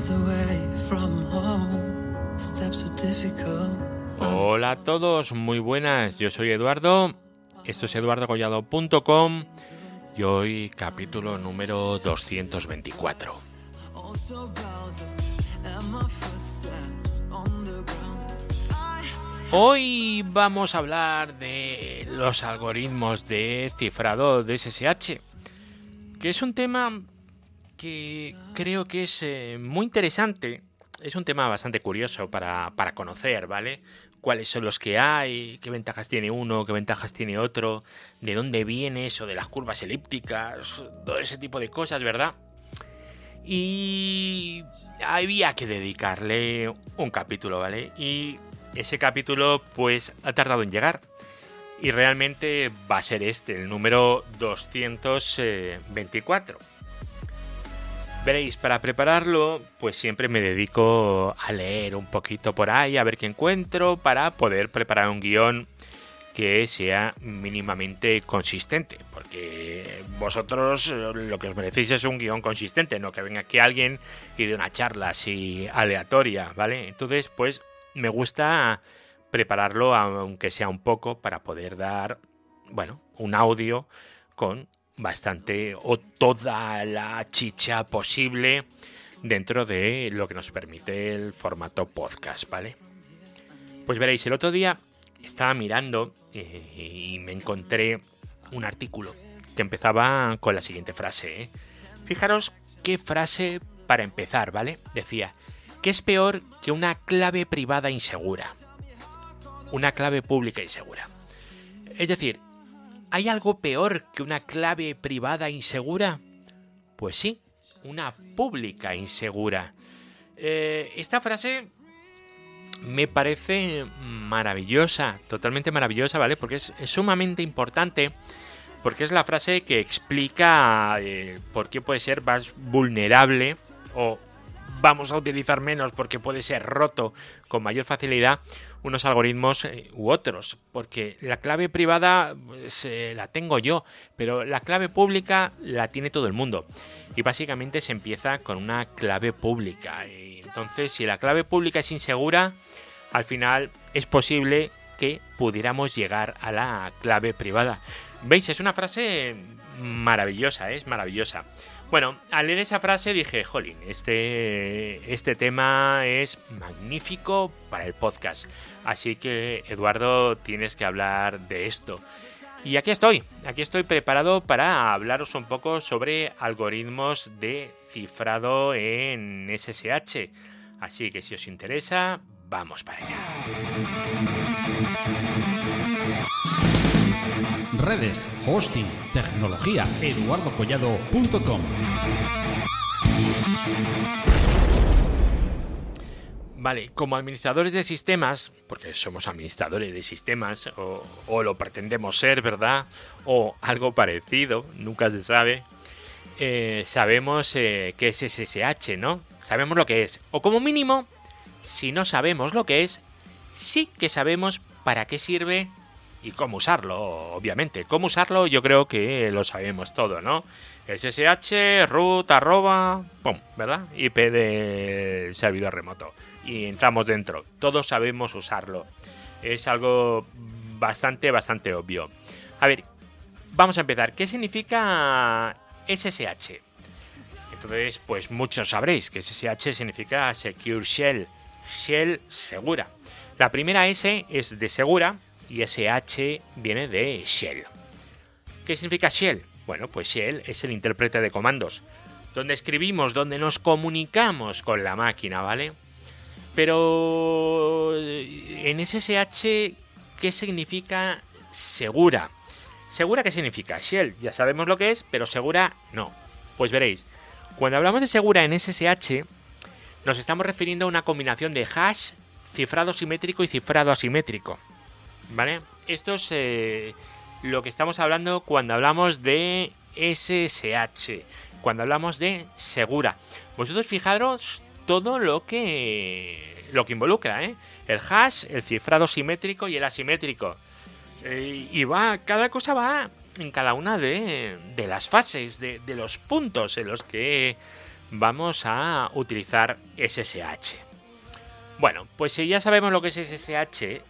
Hola a todos, muy buenas, yo soy Eduardo, esto es eduardocollado.com y hoy capítulo número 224. Hoy vamos a hablar de los algoritmos de cifrado de SSH, que es un tema que creo que es muy interesante. Es un tema bastante curioso para conocer, ¿vale? Cuáles son los que hay, qué ventajas tiene uno, qué ventajas tiene otro, de dónde viene eso de las curvas elípticas, todo ese tipo de cosas, ¿verdad? Y había que dedicarle un capítulo, ¿vale? Y ese capítulo, pues, ha tardado en llegar. Y realmente va a ser el número 224. Veréis, para prepararlo, pues siempre me dedico a leer un poquito por ahí, a ver qué encuentro, para poder preparar un guión que sea mínimamente consistente. Porque vosotros lo que os merecéis es un guión consistente, no que venga aquí alguien y dé una charla así aleatoria, ¿vale? Entonces, pues me gusta prepararlo, aunque sea un poco, para poder dar, bueno, un audio con bastante o toda la chicha posible dentro de lo que nos permite el formato podcast, ¿vale? Pues veréis, el otro día estaba mirando y me encontré un artículo que empezaba con la siguiente frase, ¿eh? Fijaros qué frase para empezar, ¿vale? Decía, ¿qué es peor que una clave privada insegura? Una clave pública insegura. Es decir, ¿hay algo peor que una clave privada insegura? Pues sí, una pública insegura. Esta frase me parece maravillosa, totalmente maravillosa, ¿vale? Porque es sumamente importante, porque es la frase que explica por qué puede ser más vulnerable o vamos a utilizar menos porque puede ser roto con mayor facilidad unos algoritmos u otros, porque la clave privada pues, la tengo yo, pero la clave pública la tiene todo el mundo y básicamente se empieza con una clave pública. Entonces, si la clave pública es insegura, al final es posible que pudiéramos llegar a la clave privada. ¿Veis? Es una frase maravillosa, es maravillosa. Bueno, al leer esa frase dije, jolín, este tema es magnífico para el podcast. Así que, Eduardo, tienes que hablar de esto. Y aquí estoy preparado para hablaros un poco sobre algoritmos de cifrado en SSH. Así que si os interesa, vamos para allá. Redes, hosting, tecnología, eduardocollado.com. Vale, como administradores de sistemas, porque somos administradores de sistemas, o lo pretendemos ser, ¿verdad? O algo parecido, nunca se sabe. Sabemos qué es SSH, ¿no? Sabemos lo que es. O como mínimo, si no sabemos lo que es, sí que sabemos para qué sirve y cómo usarlo, obviamente. Cómo usarlo yo creo que lo sabemos todo, ¿no? SSH, root, @, pum, ¿verdad? IP del servidor remoto. Y entramos dentro. Todos sabemos usarlo. Es algo bastante obvio. A ver, vamos a empezar. ¿Qué significa SSH? Entonces, pues muchos sabréis que SSH significa Secure Shell. Shell segura. La primera S es de segura y SH viene de Shell. ¿Qué significa Shell? Bueno, pues Shell es el intérprete de comandos, donde escribimos, donde nos comunicamos con la máquina, ¿vale? Pero en SSH, ¿qué significa segura? ¿Segura qué significa? Shell, ya sabemos lo que es, pero segura no. Pues veréis, cuando hablamos de segura en SSH, nos estamos refiriendo a una combinación de hash, cifrado simétrico y cifrado asimétrico, ¿vale? Esto es lo que estamos hablando cuando hablamos de SSH, cuando hablamos de segura. Vosotros fijaros todo lo que involucra, ¿eh? El hash, el cifrado simétrico y el asimétrico. Y cada cosa va en cada una de las fases, de los puntos en los que vamos a utilizar SSH. Bueno, pues si ya sabemos lo que es SSH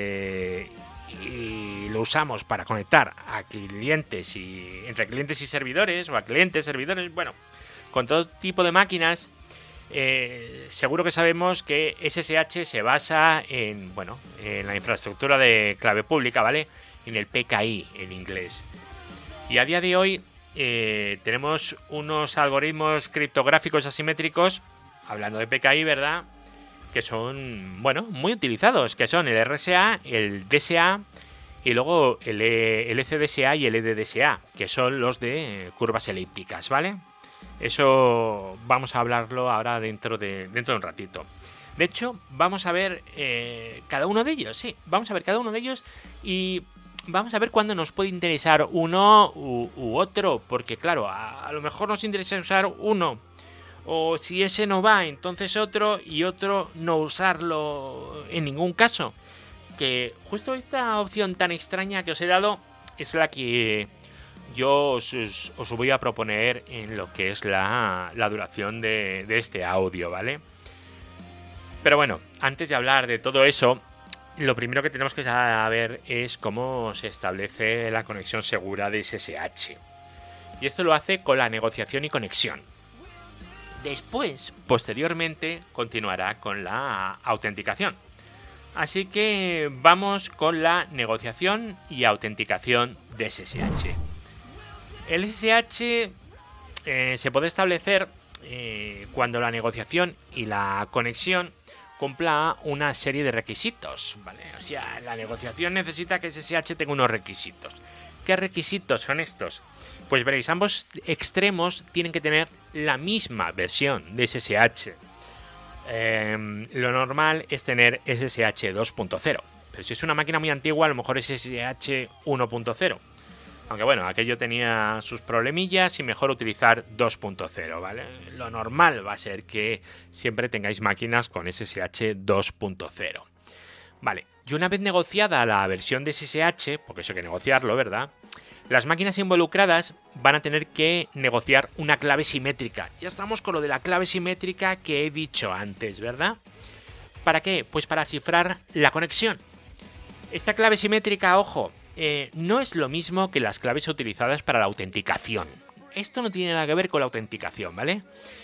y lo usamos para conectar a clientes y entre clientes y servidores, o a clientes, servidores, bueno, con todo tipo de máquinas, seguro que sabemos que SSH se basa en la infraestructura de clave pública, ¿vale? En el PKI en inglés. Y a día de hoy tenemos unos algoritmos criptográficos asimétricos, hablando de PKI, ¿verdad?, que son, muy utilizados, que son el RSA, el DSA y luego el ECDSA y el EDDSA, que son los de curvas elípticas, ¿vale? Eso vamos a hablarlo ahora dentro de un ratito. De hecho, vamos a ver cada uno de ellos, sí, vamos a ver cada uno de ellos y vamos a ver cuándo nos puede interesar uno u otro, porque claro, a lo mejor nos interesa usar uno, o si ese no va, entonces otro, y otro no usarlo en ningún caso. Que justo esta opción tan extraña que os he dado es la que yo os voy a proponer en lo que es la duración de este audio, ¿vale? Pero bueno, antes de hablar de todo eso, lo primero que tenemos que saber es cómo se establece la conexión segura de SSH. Y esto lo hace con la negociación y conexión. Después, posteriormente, continuará con la autenticación. Así que vamos con la negociación y autenticación de SSH. El SSH se puede establecer cuando la negociación y la conexión cumpla una serie de requisitos, ¿vale? O sea, la negociación necesita que SSH tenga unos requisitos. ¿Qué requisitos son estos? Pues veréis, ambos extremos tienen que tener la misma versión de SSH. Lo normal es tener SSH 2.0, pero si es una máquina muy antigua, a lo mejor es SSH 1.0. Aunque bueno, aquello tenía sus problemillas y mejor utilizar 2.0, ¿vale? Lo normal va a ser que siempre tengáis máquinas con SSH 2.0. Vale, y una vez negociada la versión de SSH, porque eso hay que negociarlo, ¿verdad?, las máquinas involucradas van a tener que negociar una clave simétrica. Ya estamos con lo de la clave simétrica que he dicho antes, ¿verdad? ¿Para qué? Pues para cifrar la conexión. Esta clave simétrica, ojo, no es lo mismo que las claves utilizadas para la autenticación. Esto no tiene nada que ver con la autenticación, ¿vale?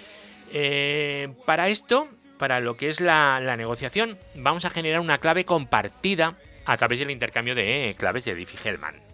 Para esto, para lo que es la negociación, vamos a generar una clave compartida a través del intercambio de claves de Diffie-Hellman.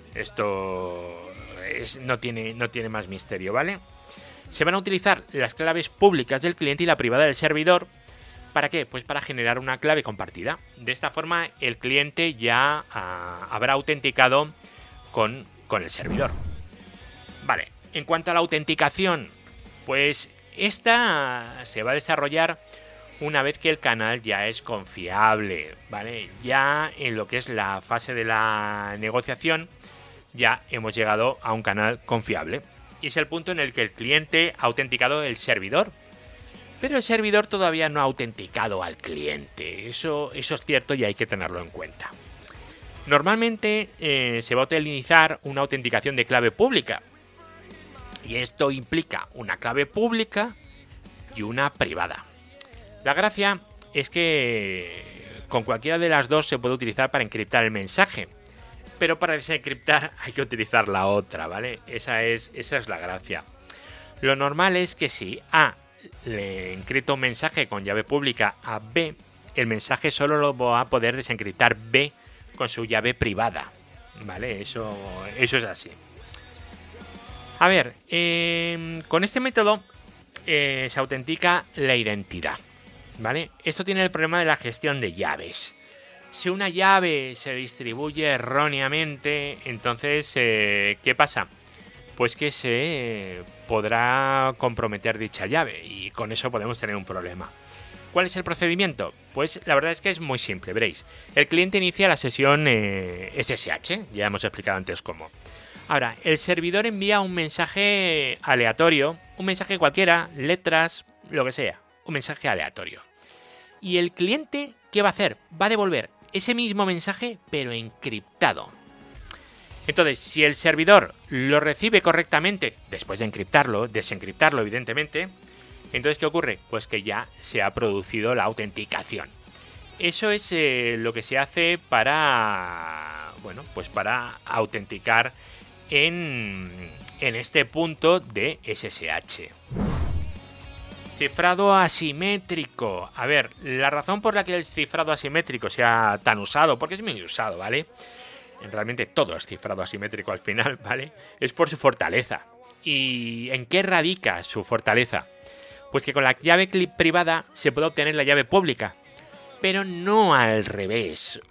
Esto no tiene más misterio, ¿vale? Se van a utilizar las claves públicas del cliente y la privada del servidor. ¿Para qué? Pues para generar una clave compartida. De esta forma, el cliente ya habrá autenticado con el servidor. Vale, en cuanto a la autenticación, pues esta se va a desarrollar una vez que el canal ya es confiable, ¿vale? Ya en lo que es la fase de la negociación, ya hemos llegado a un canal confiable. Y es el punto en el que el cliente ha autenticado el servidor. Pero el servidor todavía no ha autenticado al cliente. Eso es cierto y hay que tenerlo en cuenta. Normalmente se va a utilizar una autenticación de clave pública. Y esto implica una clave pública y una privada. La gracia es que con cualquiera de las dos se puede utilizar para encriptar el mensaje. Pero para desencriptar hay que utilizar la otra, ¿vale? Esa es la gracia. Lo normal es que si A le encripta un mensaje con llave pública a B, el mensaje solo lo va a poder desencriptar B con su llave privada, ¿vale? Eso es así. A ver, con este método se autentica la identidad, ¿vale? Esto tiene el problema de la gestión de llaves. Si una llave se distribuye erróneamente, entonces, ¿qué pasa? Pues que se podrá comprometer dicha llave y con eso podemos tener un problema. ¿Cuál es el procedimiento? Pues la verdad es que es muy simple, veréis. El cliente inicia la sesión SSH, ya hemos explicado antes cómo. Ahora, el servidor envía un mensaje aleatorio, un mensaje cualquiera, letras, lo que sea, un mensaje aleatorio. Y el cliente, ¿qué va a hacer? Va a devolver ese mismo mensaje, pero encriptado. Entonces, si el servidor lo recibe correctamente, después de encriptarlo, desencriptarlo evidentemente, Entonces, ¿qué ocurre? Pues que ya se ha producido la autenticación. Eso es lo que se hace para, bueno, pues para autenticar en este punto de SSH. Cifrado asimétrico. A ver, la razón por la que el cifrado asimétrico sea tan usado, porque es muy usado, ¿vale? Realmente todo es cifrado asimétrico al final, ¿vale? Es por su fortaleza. ¿Y en qué radica su fortaleza? Pues que con la llave privada se puede obtener la llave pública, pero no al revés,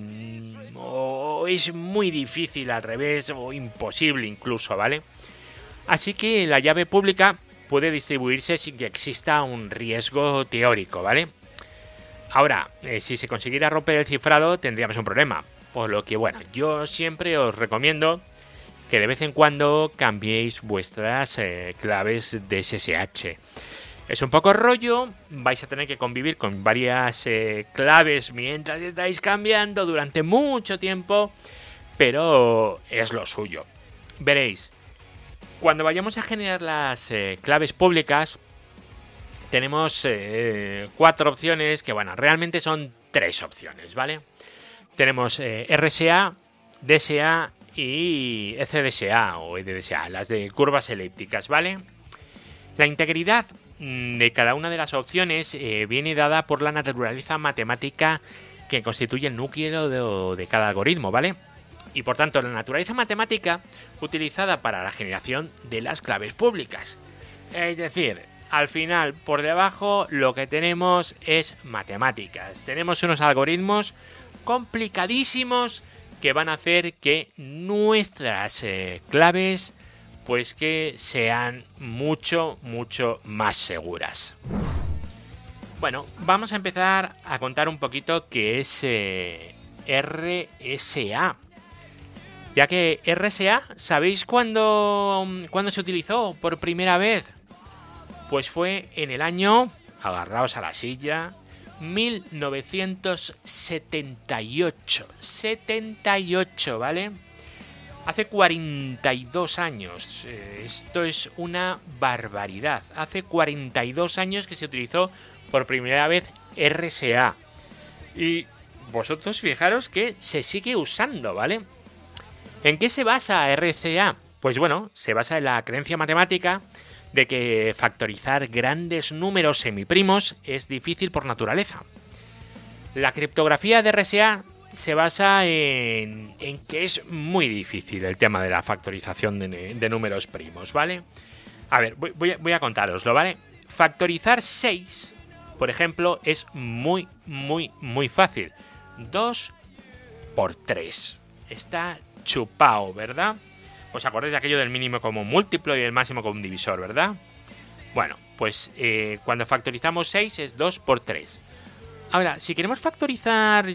o es muy difícil al revés, o imposible incluso, ¿vale? Así que la llave pública puede distribuirse sin que exista un riesgo teórico, ¿vale? Ahora, si se consiguiera romper el cifrado, tendríamos un problema. Por lo que, bueno, yo siempre os recomiendo que de vez en cuando cambiéis vuestras claves de SSH. Es un poco rollo, vais a tener que convivir con varias claves mientras estáis cambiando durante mucho tiempo, pero es lo suyo. Veréis, cuando vayamos a generar las claves públicas, tenemos 4 opciones, que bueno, realmente son 3 opciones, ¿vale? Tenemos RSA, DSA y ECDSA o EDDSA, las de curvas elípticas, ¿vale? La integridad de cada una de las opciones viene dada por la naturaleza matemática que constituye el núcleo de cada algoritmo, ¿vale? Y por tanto, la naturaleza matemática utilizada para la generación de las claves públicas. Es decir, al final, por debajo, lo que tenemos es matemáticas. Tenemos unos algoritmos complicadísimos que van a hacer que nuestras claves pues que sean mucho más seguras. Bueno, vamos a empezar a contar un poquito qué es RSA. Ya que RSA, ¿sabéis cuándo se utilizó por primera vez? Pues fue en el año, agarraos a la silla, 1978. 78, ¿vale? Hace 42 años. Esto es una barbaridad. Hace 42 años que se utilizó por primera vez RSA. Y vosotros fijaros que se sigue usando, ¿vale? ¿En qué se basa RSA? Pues bueno, se basa en la creencia matemática de que factorizar grandes números semiprimos es difícil por naturaleza. La criptografía de RSA se basa en que es muy difícil el tema de la factorización de números primos, ¿vale? A ver, voy a contároslo, ¿vale? Factorizar 6, por ejemplo, es muy fácil. 2 por 3. Está chupao, ¿verdad? ¿Os acordáis de aquello del mínimo como múltiplo y el máximo como un divisor, verdad? Bueno, pues cuando factorizamos 6 es 2 por 3. Ahora, si queremos factorizar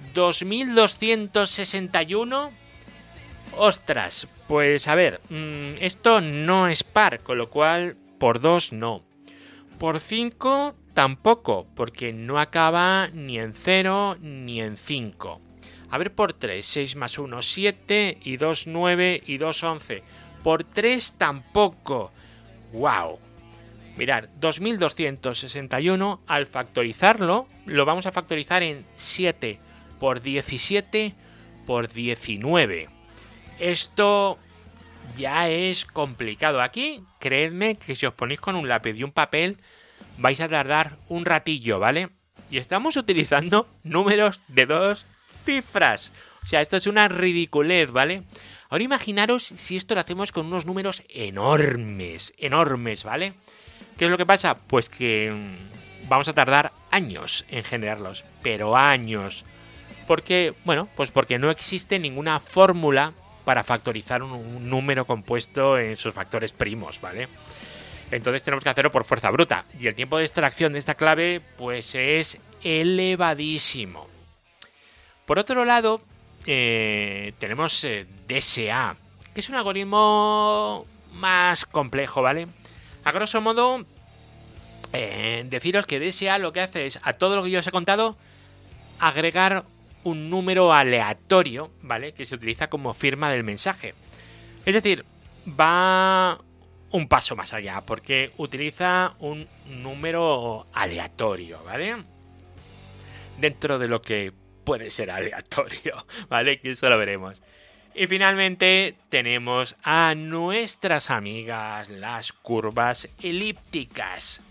2261, ostras, pues a ver, esto no es par, con lo cual por 2 no. Por 5 tampoco, porque no acaba ni en 0 ni en 5. A ver, por 3, 6 más 1, 7, y 2, 9, y 2, 11. Por 3 tampoco. ¡Wow! Mirad, 2261, al factorizarlo, lo vamos a factorizar en 7 por 17 por 19. Esto ya es complicado. Aquí, creedme que si os ponéis con un lápiz y un papel, vais a tardar un ratillo, ¿vale? Y estamos utilizando números de 2 cifras. O sea, esto es una ridiculez, ¿vale? Ahora imaginaros si esto lo hacemos con unos números enormes, ¿vale? ¿Qué es lo que pasa? Pues que vamos a tardar años en generarlos, pero años. ¿Por qué? Bueno, pues porque no existe ninguna fórmula para factorizar un número compuesto en sus factores primos, ¿vale? Entonces tenemos que hacerlo por fuerza bruta. Y el tiempo de extracción de esta clave, pues es elevadísimo. Por otro lado, tenemos DSA, que es un algoritmo más complejo, ¿vale? A grosso modo, deciros que DSA lo que hace es, a todo lo que yo os he contado, agregar un número aleatorio, ¿vale? Que se utiliza como firma del mensaje. Es decir, va un paso más allá, porque utiliza un número aleatorio, ¿vale? Dentro de lo que puede ser aleatorio, ¿vale? Que eso lo veremos. Y finalmente tenemos a nuestras amigas las curvas elípticas.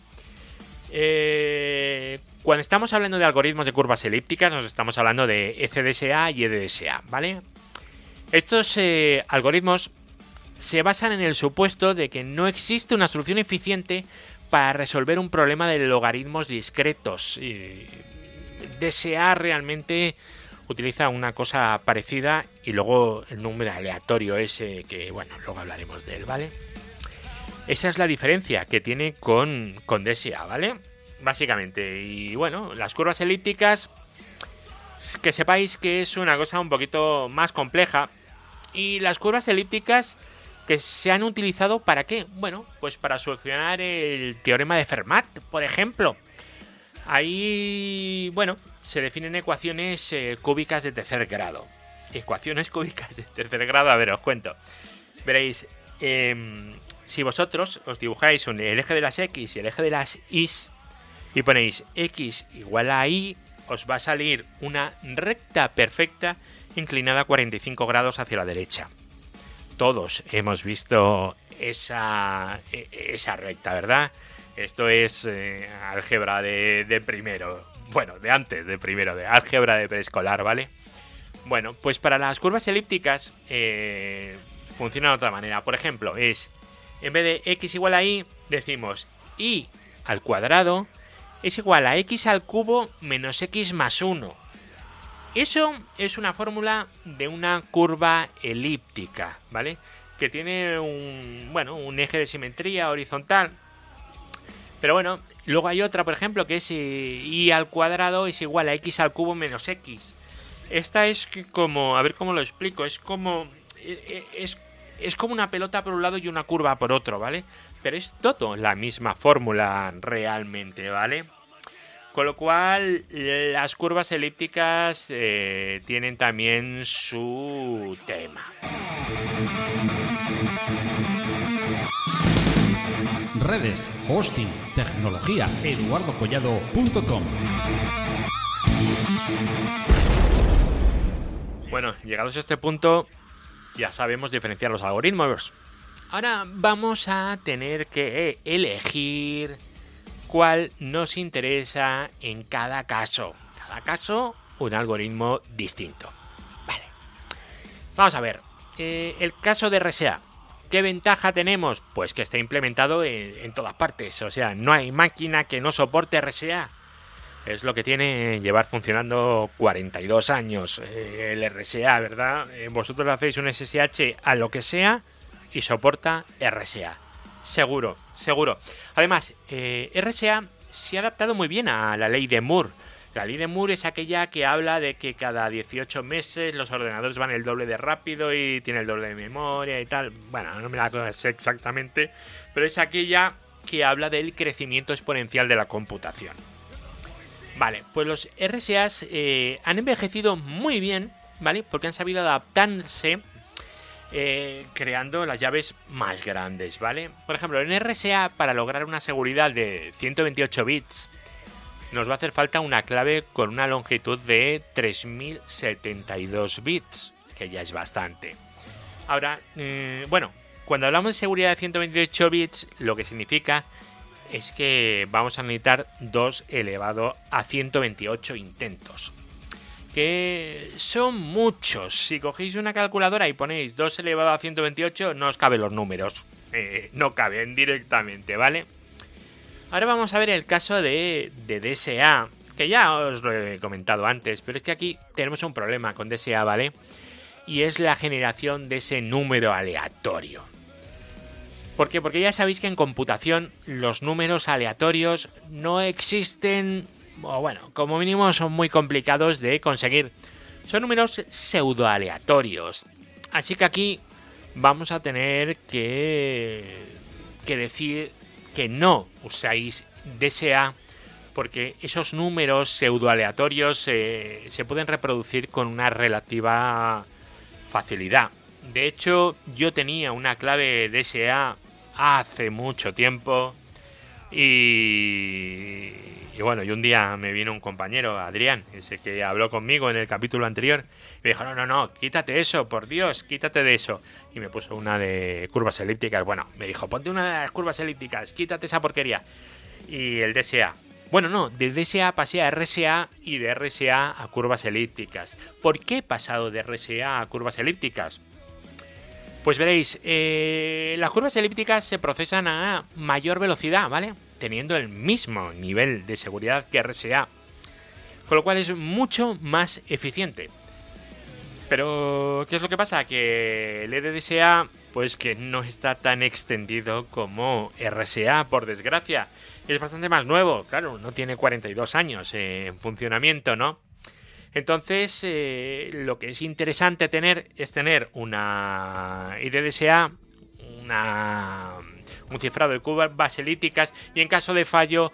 Cuando estamos hablando de algoritmos de curvas elípticas, nos estamos hablando de ECDSA y EDSA, ¿vale? Estos algoritmos se basan en el supuesto de que no existe una solución eficiente para resolver un problema de logaritmos discretos. DSA realmente utiliza una cosa parecida y luego el número aleatorio ese que, bueno, luego hablaremos de él, ¿vale? Esa es la diferencia que tiene con DSA, ¿vale? Básicamente. Y bueno, las curvas elípticas, que sepáis que es una cosa un poquito más compleja. Y las curvas elípticas que se han utilizado ¿para qué? Bueno, pues para solucionar el teorema de Fermat, por ejemplo. Ahí, bueno, se definen ecuaciones cúbicas de tercer grado. Ecuaciones cúbicas de tercer grado, a ver, os cuento. Veréis, si vosotros os dibujáis el eje de las X y el eje de las Y y ponéis X igual a Y, os va a salir una recta perfecta inclinada a 45 grados hacia la derecha. Todos hemos visto esa recta, ¿verdad? Esto es álgebra de primero. Bueno, de antes de primero, de álgebra de preescolar, ¿vale? Bueno, pues para las curvas elípticas funciona de otra manera. Por ejemplo, en vez de X igual a Y, decimos Y al cuadrado es igual a X al cubo menos X más 1. Eso es una fórmula de una curva elíptica, ¿vale? Que tiene un eje de simetría horizontal. Pero bueno, luego hay otra, por ejemplo, que es Y al cuadrado es igual a X al cubo menos X. Esta es como, a ver cómo lo explico, es como una pelota por un lado y una curva por otro, ¿vale? Pero es todo la misma fórmula realmente, ¿vale? Con lo cual, las curvas elípticas tienen también su tema. Redes, hosting, tecnología, eduardocollado.com. Bueno, llegados a este punto, ya sabemos diferenciar los algoritmos. Ahora vamos a tener que elegir cuál nos interesa en cada caso. Cada caso, un algoritmo distinto. Vale. Vamos a ver. El caso de RSA. ¿Qué ventaja tenemos? Pues que está implementado en todas partes. O sea, no hay máquina que no soporte RSA. Es lo que tiene llevar funcionando 42 años el RSA, ¿verdad? Vosotros le hacéis un SSH a lo que sea y soporta RSA. Seguro, seguro. Además, RSA se ha adaptado muy bien a la ley de Moore. La ley de Moore es aquella que habla de que cada 18 meses los ordenadores van el doble de rápido y tienen el doble de memoria y tal. Bueno, no me la sé exactamente, pero es aquella que habla del crecimiento exponencial de la computación. Vale, pues los RSAs han envejecido muy bien, ¿vale? Porque han sabido adaptarse creando las llaves más grandes, ¿vale? Por ejemplo, en RSA, para lograr una seguridad de 128 bits, nos va a hacer falta una clave con una longitud de 3072 bits, que ya es bastante. Ahora, bueno, cuando hablamos de seguridad de 128 bits, lo que significa es que vamos a necesitar 2 elevado a 128 intentos. Que son muchos. Si cogéis una calculadora y ponéis 2 elevado a 128, no os caben los números. No caben directamente, ¿vale? Ahora vamos a ver el caso de DSA, que ya os lo he comentado antes, pero es que aquí tenemos un problema con DSA, ¿vale? Y es la generación de ese número aleatorio. ¿Por qué? Porque ya sabéis que en computación los números aleatorios no existen, o bueno, como mínimo son muy complicados de conseguir. Son números pseudoaleatorios. Así que aquí vamos a tener que decir que no usáis DSA, porque esos números pseudoaleatorios se pueden reproducir con una relativa facilidad. De hecho, yo tenía una clave DSA hace mucho tiempo. Y bueno, y un día me vino un compañero, Adrián, ese que habló conmigo en el capítulo anterior, y me dijo, no, quítate eso, por Dios, quítate de eso. Y me puso una de curvas elípticas. Bueno, me dijo, ponte una de las curvas elípticas, quítate esa porquería. Y el DSA. Bueno, no, de DSA pasé a RSA y de RSA a curvas elípticas. ¿Por qué he pasado de RSA a curvas elípticas? Pues veréis, las curvas elípticas se procesan a mayor velocidad, ¿vale? Teniendo el mismo nivel de seguridad que RSA, con lo cual es mucho más eficiente. Pero, ¿qué es lo que pasa? Que el EDDSA, pues que no está tan extendido como RSA, por desgracia. Es bastante más nuevo, claro, no tiene 42 años en funcionamiento, ¿no? Entonces, lo que es interesante tener es tener una EDDSA, un cifrado de curvas elípticas y en caso de fallo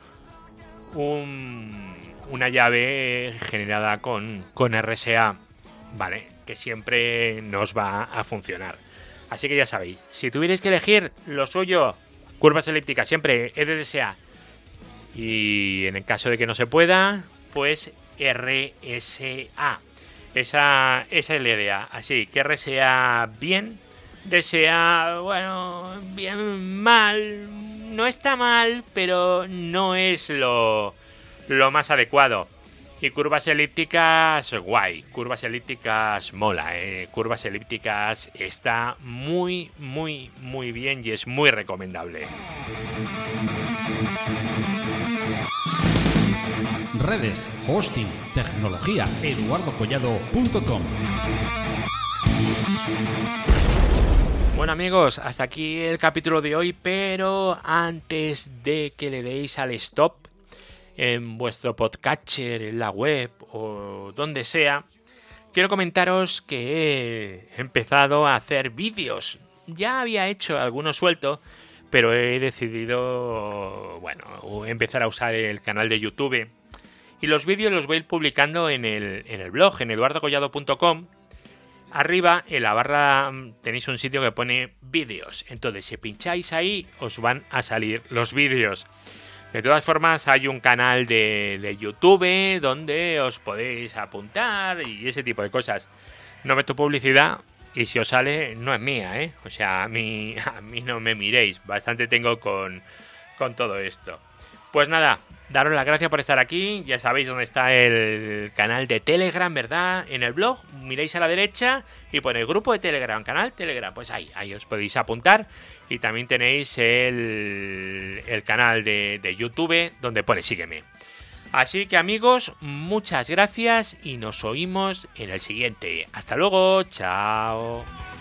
una llave generada con RSA, ¿vale? Que siempre nos va a funcionar. Así que ya sabéis, si tuvierais que elegir lo suyo, curvas elípticas, siempre EDDSA. Y en el caso de que no se pueda, pues RSA. Esa es la idea. Así que RSA bien, DSA, bueno, bien mal. No está mal, pero no es lo más adecuado. Y curvas elípticas, guay. Curvas elípticas mola, Curvas elípticas está muy, muy, muy bien y es muy recomendable. Redes, hosting, tecnología, eduardocollado.com. Bueno amigos, hasta aquí el capítulo de hoy, pero antes de que le deis al stop en vuestro podcatcher, en la web o donde sea, quiero comentaros que he empezado a hacer vídeos. Ya había hecho algunos sueltos, pero he decidido, bueno, empezar a usar el canal de YouTube. Y los vídeos los voy a ir publicando en el blog, en eduardocollado.com. Arriba, en la barra, tenéis un sitio que pone vídeos. Entonces, si pincháis ahí, os van a salir los vídeos. De todas formas, hay un canal de YouTube donde os podéis apuntar y ese tipo de cosas. No meto publicidad y si os sale, no es mía, ¿eh? O sea, a mí no me miréis. Bastante tengo con todo esto. Pues nada, daros las gracias por estar aquí. Ya sabéis dónde está el canal de Telegram, ¿verdad? En el blog, miráis a la derecha y pone grupo de Telegram, canal Telegram. Pues ahí os podéis apuntar. Y también tenéis el canal de YouTube donde pone sígueme. Así que amigos, muchas gracias y nos oímos en el siguiente. Hasta luego, chao.